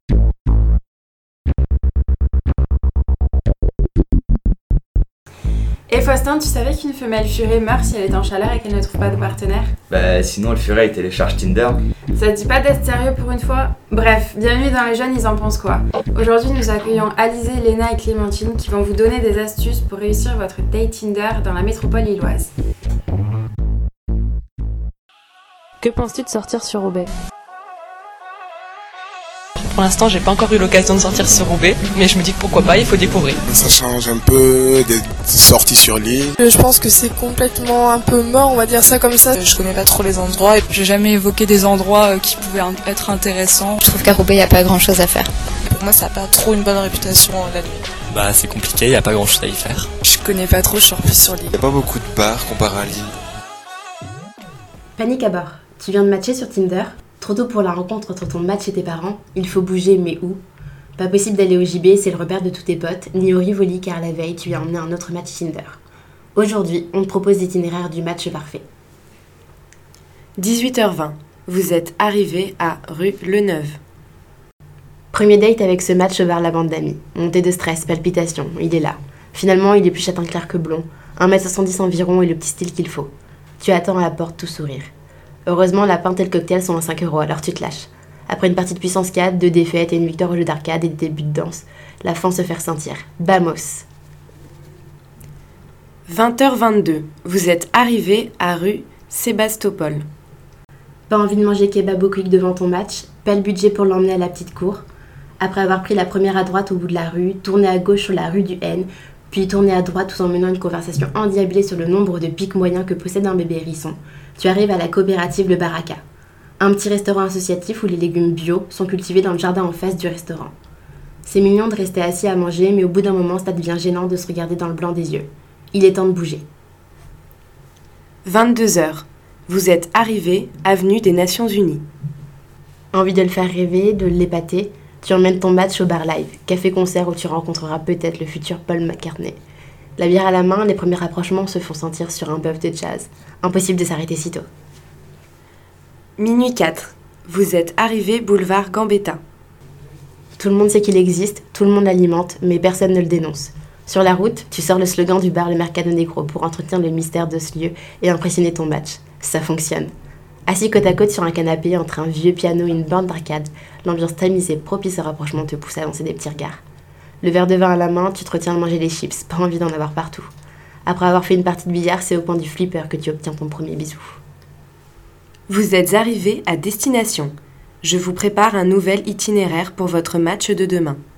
Et Faustin, tu savais qu'une femelle furet meurt si elle est en chaleur et qu'elle ne trouve pas de partenaire? Bah sinon le furet il télécharge Tinder. Ça te dit pas d'être sérieux pour une fois? Bref, bienvenue dans Les Jeunes, ils en pensent quoi? Aujourd'hui nous accueillons Alizé, Léna et Clémentine qui vont vous donner des astuces pour réussir votre date Tinder dans la métropole lilloise. Que penses-tu de sortir sur Roubaix? Pour l'instant, j'ai pas encore eu l'occasion de sortir sur Roubaix, mais je me dis que pourquoi pas, il faut découvrir. Ça change un peu des sorties sur l'île. Je pense que c'est complètement un peu mort, on va dire ça comme ça. Je connais pas trop les endroits et j'ai jamais évoqué des endroits qui pouvaient être intéressants. Je trouve qu'à Roubaix, il n'y a pas grand chose à faire. Pour moi, ça n'a pas trop une bonne réputation la nuit. Bah c'est compliqué, il n'y a pas grand chose à y faire. Je connais pas trop, je suis plus sur l'île. Il n'y a pas beaucoup de bars comparé à l'île. Panique à bord. Tu viens de matcher sur Tinder? Trop tôt pour la rencontre entre ton match et tes parents? Il faut bouger, mais où? Pas possible d'aller au JB, c'est le repère de tous tes potes, ni au Rivoli car la veille, tu lui as emmené un autre match Tinder. Aujourd'hui, on te propose l'itinéraire du match parfait. 18h20. Vous êtes arrivé à rue Leneuve. Premier date avec ce match au bar La Bande d'Amis. Montée de stress, palpitations, il est là. Finalement, il est plus châtain clair que blond. 1m70 environ et le petit style qu'il faut. Tu attends à la porte tout sourire. Heureusement, la pinte et le cocktail sont à 5€, alors tu te lâches. Après une partie de puissance 4, 2 défaites et une victoire au jeu d'arcade et des débuts de danse, la fin se fait ressentir. Vamos! 20h22. Vous êtes arrivé à rue Sébastopol. Pas envie de manger kebab au quick devant ton match? Pas le budget pour l'emmener à la petite cour? Après avoir pris la première à droite au bout de la rue, tourner à gauche sur la rue du N, puis tourner à droite tout en menant une conversation endiablée sur le nombre de pics moyens que possède un bébé hérisson, tu arrives à la coopérative Le Baraka. Un petit restaurant associatif où les légumes bio sont cultivés dans le jardin en face du restaurant. C'est mignon de rester assis à manger, mais au bout d'un moment, ça devient gênant de se regarder dans le blanc des yeux. Il est temps de bouger. 22h. Vous êtes arrivé avenue des Nations Unies. Envie de le faire rêver, de l'épater? Tu emmènes ton match au bar live, café-concert où tu rencontreras peut-être le futur Paul McCartney. La bière à la main, les premiers rapprochements se font sentir sur un pub de jazz. Impossible de s'arrêter si tôt. Minuit 4. Vous êtes arrivé boulevard Gambetta. Tout le monde sait qu'il existe, tout le monde l'alimente, mais personne ne le dénonce. Sur la route, tu sors le slogan du bar Le Mercado Negro pour entretenir le mystère de ce lieu et impressionner ton match. Ça fonctionne. Assis côte à côte sur un canapé entre un vieux piano et une bande d'arcade, l'ambiance tamisée propice au rapprochement te pousse à lancer des petits regards. Le verre de vin à la main, tu te retiens de manger des chips, pas envie d'en avoir partout. Après avoir fait une partie de billard, c'est au coin du flipper que tu obtiens ton premier bisou. Vous êtes arrivé à destination. Je vous prépare un nouvel itinéraire pour votre match de demain.